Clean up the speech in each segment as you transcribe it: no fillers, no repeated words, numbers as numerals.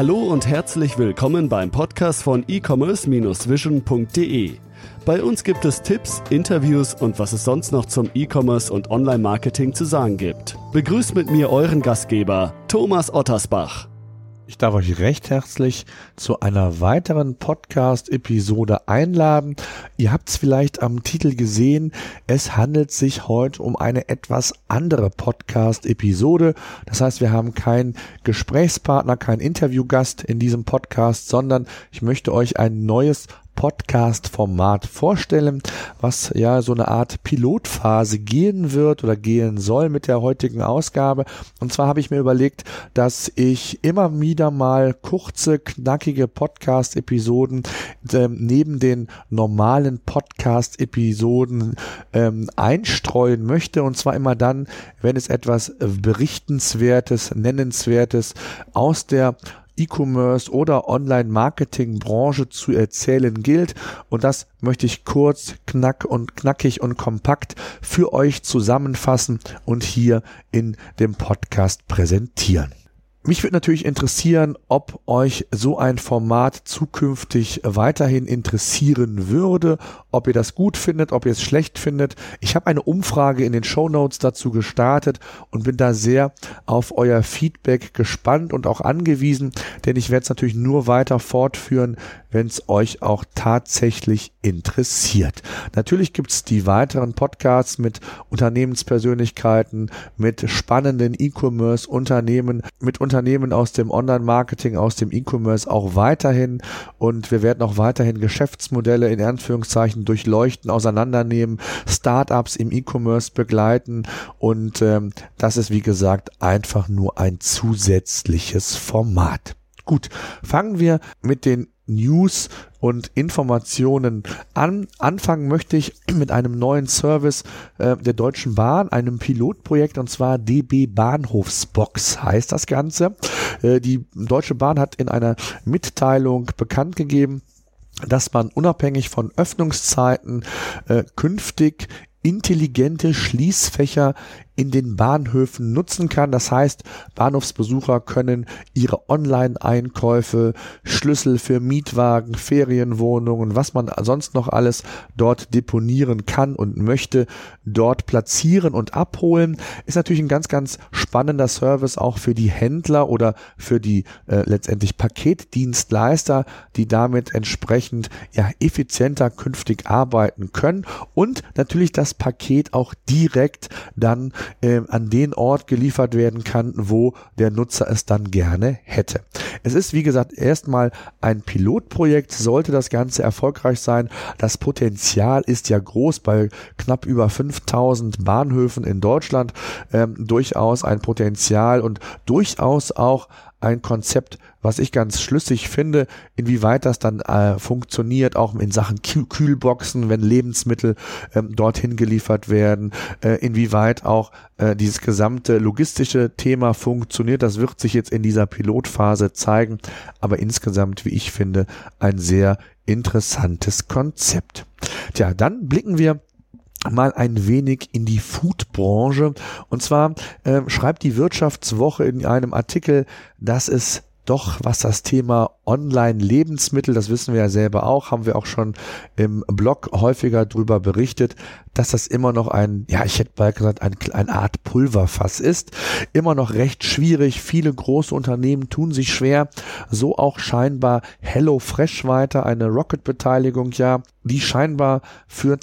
Hallo und herzlich willkommen beim Podcast von e-commerce-vision.de. Bei uns gibt es Tipps, Interviews und was es sonst noch zum E-Commerce und Online-Marketing zu sagen gibt. Begrüßt mit mir euren Gastgeber, Thomas Ottersbach. Ich darf euch recht herzlich zu einer weiteren Podcast-Episode einladen. Ihr habt es vielleicht am Titel gesehen, es handelt sich heute um eine etwas andere Podcast-Episode. Das heißt, wir haben keinen Gesprächspartner, keinen Interviewgast in diesem Podcast, sondern ich möchte euch ein neues Podcast-Format vorstellen, was ja so eine Art Pilotphase gehen wird oder gehen soll mit der heutigen Ausgabe. Und zwar habe ich mir überlegt, dass ich immer wieder mal kurze, knackige Podcast-Episoden neben den normalen Podcast-Episoden einstreuen möchte. Und zwar immer dann, wenn es etwas Berichtenswertes, Nennenswertes aus der E-Commerce oder Online-Marketing-Branche zu erzählen gilt, und das möchte ich kurz, knackig und kompakt für euch zusammenfassen und hier in dem Podcast präsentieren. Mich würde natürlich interessieren, ob euch so ein Format zukünftig weiterhin interessieren würde, ob ihr das gut findet, ob ihr es schlecht findet. Ich habe eine Umfrage in den Shownotes dazu gestartet und bin da sehr auf euer Feedback gespannt und auch angewiesen, denn ich werde es natürlich nur weiter fortführen, wenn es euch auch tatsächlich interessiert. Natürlich gibt es die weiteren Podcasts mit Unternehmenspersönlichkeiten, mit spannenden E-Commerce-Unternehmen, mit Unternehmen aus dem Online-Marketing, aus dem E-Commerce auch weiterhin, und wir werden auch weiterhin Geschäftsmodelle in Anführungszeichen durchleuchten, auseinandernehmen, Startups im E-Commerce begleiten, und das ist wie gesagt einfach nur ein zusätzliches Format. Gut, fangen wir mit den News und Informationen an. Anfangen möchte ich mit einem neuen Service der Deutschen Bahn, einem Pilotprojekt, und zwar DB Bahnhofsbox heißt das Ganze. Die Deutsche Bahn hat in einer Mitteilung bekannt gegeben, dass man unabhängig von Öffnungszeiten künftig intelligente Schließfächer in den Bahnhöfen nutzen kann. Das heißt, Bahnhofsbesucher können ihre Online-Einkäufe, Schlüssel für Mietwagen, Ferienwohnungen, was man sonst noch alles dort deponieren kann und möchte, dort platzieren und abholen. Ist natürlich ein ganz, ganz spannender Service auch für die Händler oder für die letztendlich Paketdienstleister, die damit entsprechend effizienter künftig arbeiten können und natürlich das Paket auch direkt dann an den Ort geliefert werden kann, wo der Nutzer es dann gerne hätte. Es ist, wie gesagt, erstmal ein Pilotprojekt, sollte das Ganze erfolgreich sein. Das Potenzial ist ja groß, bei knapp über 5000 Bahnhöfen in Deutschland durchaus ein Potenzial und durchaus auch ein Konzept, was ich ganz schlüssig finde, inwieweit das dann funktioniert, auch in Sachen Kühlboxen, wenn Lebensmittel dorthin geliefert werden, inwieweit auch dieses gesamte logistische Thema funktioniert. Das wird sich jetzt in dieser Pilotphase zeigen, aber insgesamt, wie ich finde, ein sehr interessantes Konzept. Tja, dann blicken wir mal ein wenig in die Foodbranche, und zwar schreibt die Wirtschaftswoche in einem Artikel, dass es doch, was das Thema Online-Lebensmittel, das wissen wir ja selber auch, haben wir auch schon im Blog häufiger drüber berichtet, dass das immer noch ich hätte bald gesagt, eine Art Pulverfass ist. Immer noch recht schwierig. Viele große Unternehmen tun sich schwer. So auch scheinbar HelloFresh weiter, eine Rocket-Beteiligung, die scheinbar für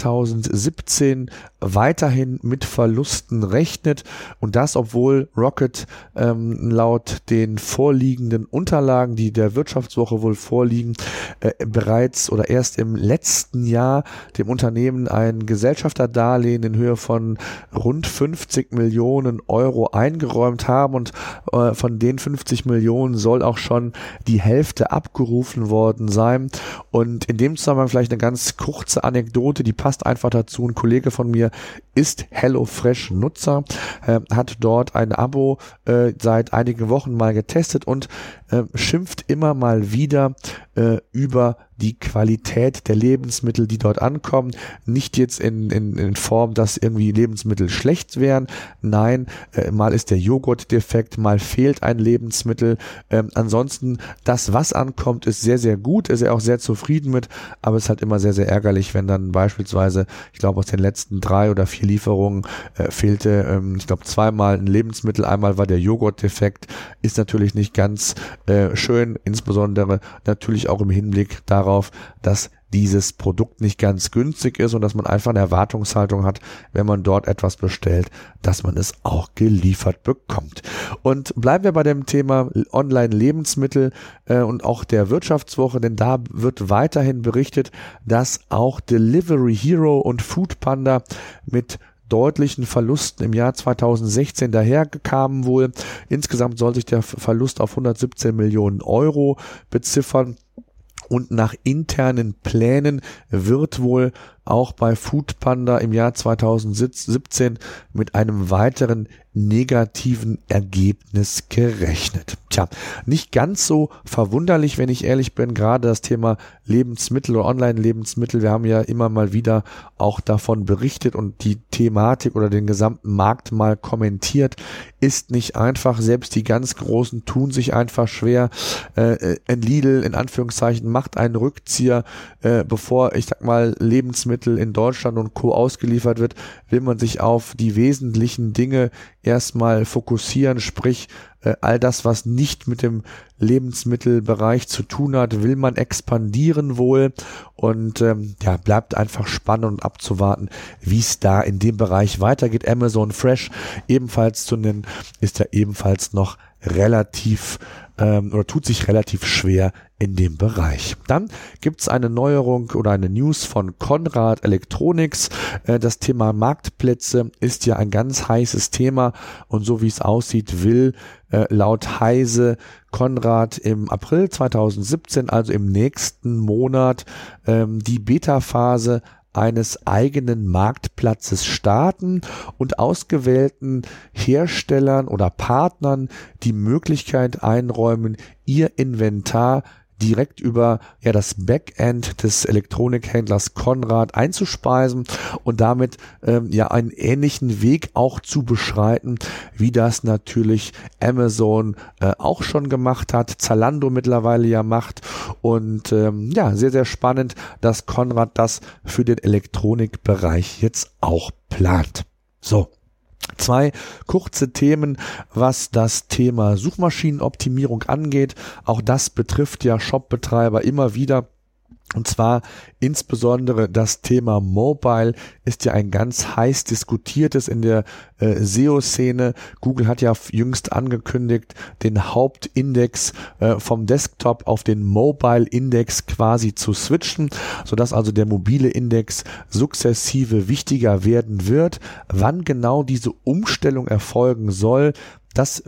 2017 weiterhin mit Verlusten rechnet, und das, obwohl Rocket laut den vorliegenden Unterlagen, die der Wirtschaftswoche wohl vorliegen, bereits oder erst im letzten Jahr dem Unternehmen ein Gesellschafterdarlehen in Höhe von rund 50 Millionen Euro eingeräumt haben, und von den 50 Millionen soll auch schon die Hälfte abgerufen worden sein. Und in dem Zusammenhang vielleicht eine ganz kurze Anekdote, die passt einfach dazu. Ein Kollege von mir ist HelloFresh-Nutzer, hat dort ein Abo seit einigen Wochen mal getestet und schimpft immer mal wieder über die Qualität der Lebensmittel, die dort ankommen, nicht jetzt in Form, dass irgendwie Lebensmittel schlecht wären. Nein, mal ist der Joghurt defekt, mal fehlt ein Lebensmittel. Ansonsten, das, was ankommt, ist sehr, sehr gut, ist er auch sehr zufrieden mit, aber es ist halt immer sehr, sehr ärgerlich, wenn dann beispielsweise, ich glaube aus den letzten 3 oder 4 Lieferungen fehlte, ich glaube zweimal ein Lebensmittel, einmal war der Joghurt defekt, ist natürlich nicht ganz schön, insbesondere natürlich auch im Hinblick darauf, dass dieses Produkt nicht ganz günstig ist und dass man einfach eine Erwartungshaltung hat, wenn man dort etwas bestellt, dass man es auch geliefert bekommt. Und bleiben wir bei dem Thema Online-Lebensmittel und auch der Wirtschaftswoche, denn da wird weiterhin berichtet, dass auch Delivery Hero und Foodpanda mit deutlichen Verlusten im Jahr 2016 daherkamen wohl. Insgesamt soll sich der Verlust auf 117 Millionen Euro beziffern. Und nach internen Plänen wird wohl auch bei Foodpanda im Jahr 2017 mit einem weiteren negativen Ergebnis gerechnet. Tja, nicht ganz so verwunderlich, wenn ich ehrlich bin, gerade das Thema Lebensmittel oder Online-Lebensmittel. Wir haben ja immer mal wieder auch davon berichtet und die Thematik oder den gesamten Markt mal kommentiert, ist nicht einfach. Selbst die ganz Großen tun sich einfach schwer. Ein Lidl in Anführungszeichen macht einen Rückzieher, bevor, ich sag mal, Lebensmittel in Deutschland und Co. ausgeliefert wird, will man sich auf die wesentlichen Dinge erstmal fokussieren, sprich all das, was nicht mit dem Lebensmittelbereich zu tun hat, will man expandieren wohl und bleibt einfach spannend und abzuwarten, wie es da in dem Bereich weitergeht. Amazon Fresh ebenfalls zu nennen, ist ja ebenfalls noch relativ oder tut sich relativ schwer in dem Bereich. Dann gibt's eine Neuerung oder eine News von Conrad Electronics. Das Thema Marktplätze ist ja ein ganz heißes Thema und so wie es aussieht, will laut Heise Conrad im April 2017, also im nächsten Monat, die Beta-Phase eines eigenen Marktplatzes starten und ausgewählten Herstellern oder Partnern die Möglichkeit einräumen, ihr Inventar direkt über das Backend des Elektronikhändlers Conrad einzuspeisen und damit einen ähnlichen Weg auch zu beschreiten, wie das natürlich Amazon auch schon gemacht hat, Zalando mittlerweile ja macht und sehr, sehr spannend, dass Conrad das für den Elektronikbereich jetzt auch plant. So. 2 kurze Themen, was das Thema Suchmaschinenoptimierung angeht. Auch das betrifft ja Shopbetreiber immer wieder. Und zwar insbesondere das Thema Mobile ist ja ein ganz heiß diskutiertes in der SEO-Szene. Google hat ja jüngst angekündigt, den Hauptindex vom Desktop auf den Mobile-Index quasi zu switchen, sodass also der mobile Index sukzessive wichtiger werden wird. Wann genau diese Umstellung erfolgen soll, das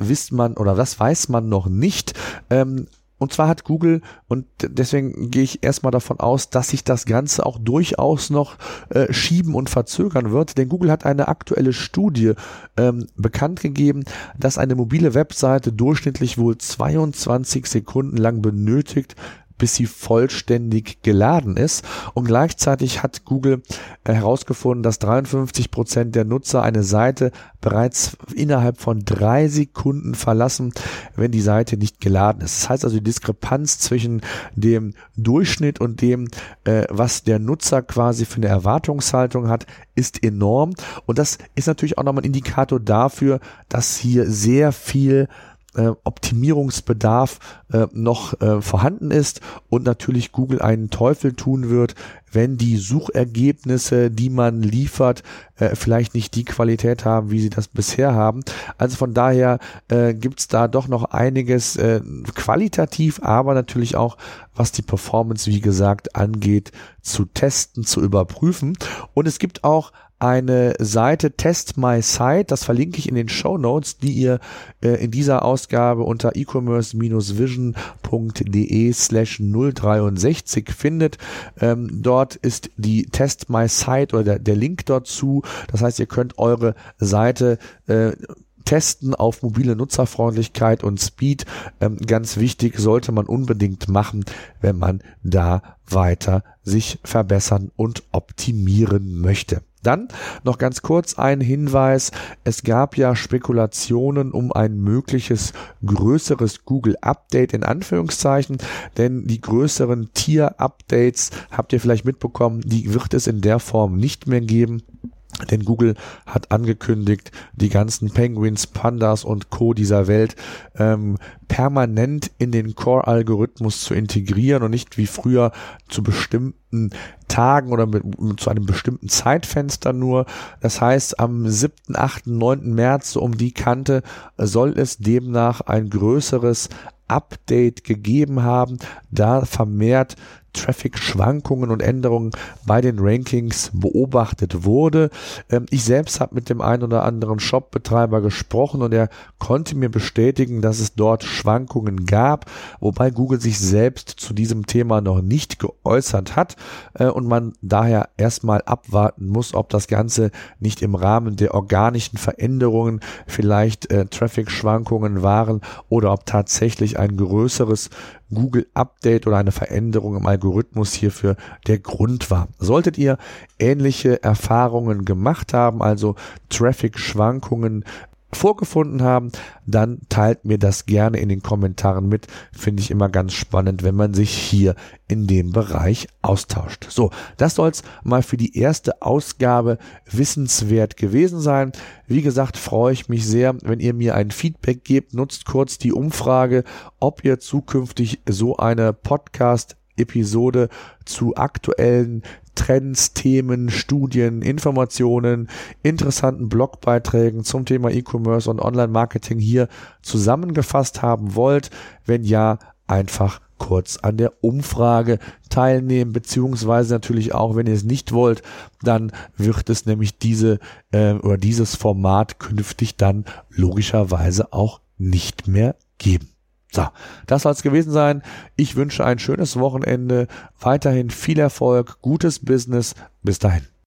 weiß man noch nicht. Und zwar hat Google, und deswegen gehe ich erstmal davon aus, dass sich das Ganze auch durchaus noch schieben und verzögern wird, denn Google hat eine aktuelle Studie bekannt gegeben, dass eine mobile Webseite durchschnittlich wohl 22 Sekunden lang benötigt, bis sie vollständig geladen ist. Und gleichzeitig hat Google herausgefunden, dass 53% der Nutzer eine Seite bereits innerhalb von 3 Sekunden verlassen, wenn die Seite nicht geladen ist. Das heißt also, die Diskrepanz zwischen dem Durchschnitt und dem, was der Nutzer quasi für eine Erwartungshaltung hat, ist enorm. Und das ist natürlich auch nochmal ein Indikator dafür, dass hier sehr viel Optimierungsbedarf noch vorhanden ist und natürlich Google einen Teufel tun wird, wenn die Suchergebnisse, die man liefert, vielleicht nicht die Qualität haben, wie sie das bisher haben. Also von daher gibt's da doch noch einiges qualitativ, aber natürlich auch, was die Performance, wie gesagt, angeht, zu testen, zu überprüfen. Und es gibt auch eine Seite Test My Site, das verlinke ich in den Shownotes, die ihr in dieser Ausgabe unter ecommerce-vision.de/063 findet. Dort ist die Test My Site oder der Link dazu. Das heißt, ihr könnt eure Seite Testen auf mobile Nutzerfreundlichkeit und Speed, ganz wichtig, sollte man unbedingt machen, wenn man da weiter sich verbessern und optimieren möchte. Dann noch ganz kurz ein Hinweis, es gab ja Spekulationen um ein mögliches größeres Google-Update in Anführungszeichen, denn die größeren Tier-Updates, habt ihr vielleicht mitbekommen, die wird es in der Form nicht mehr geben. Denn Google hat angekündigt, die ganzen Penguins, Pandas und Co. dieser Welt permanent in den Core-Algorithmus zu integrieren und nicht wie früher zu bestimmten Tagen oder zu einem bestimmten Zeitfenster nur. Das heißt, am 7., 8., 9. März, so um die Kante, soll es demnach ein größeres Update gegeben haben, da vermehrt Traffic-Schwankungen und Änderungen bei den Rankings beobachtet wurde. Ich selbst habe mit dem einen oder anderen Shop-Betreiber gesprochen und er konnte mir bestätigen, dass es dort Schwankungen gab, wobei Google sich selbst zu diesem Thema noch nicht geäußert hat und man daher erstmal abwarten muss, ob das Ganze nicht im Rahmen der organischen Veränderungen vielleicht Traffic-Schwankungen waren oder ob tatsächlich ein größeres Google-Update oder eine Veränderung im Algorithmus hierfür der Grund war. Solltet ihr ähnliche Erfahrungen gemacht haben, also Traffic-Schwankungen vorgefunden haben, dann teilt mir das gerne in den Kommentaren mit. Finde ich immer ganz spannend, wenn man sich hier in dem Bereich austauscht. So, das soll es mal für die erste Ausgabe wissenswert gewesen sein. Wie gesagt, freue ich mich sehr, wenn ihr mir ein Feedback gebt. Nutzt kurz die Umfrage, ob ihr zukünftig so eine Podcast-Episode zu aktuellen Trends, Themen, Studien, Informationen, interessanten Blogbeiträgen zum Thema E-Commerce und Online-Marketing hier zusammengefasst haben wollt. Wenn ja, einfach kurz an der Umfrage teilnehmen, beziehungsweise natürlich auch, wenn ihr es nicht wollt, dann wird es nämlich dieses Format künftig dann logischerweise auch nicht mehr geben. So, das soll es gewesen sein. Ich wünsche ein schönes Wochenende, weiterhin viel Erfolg, gutes Business. Bis dahin.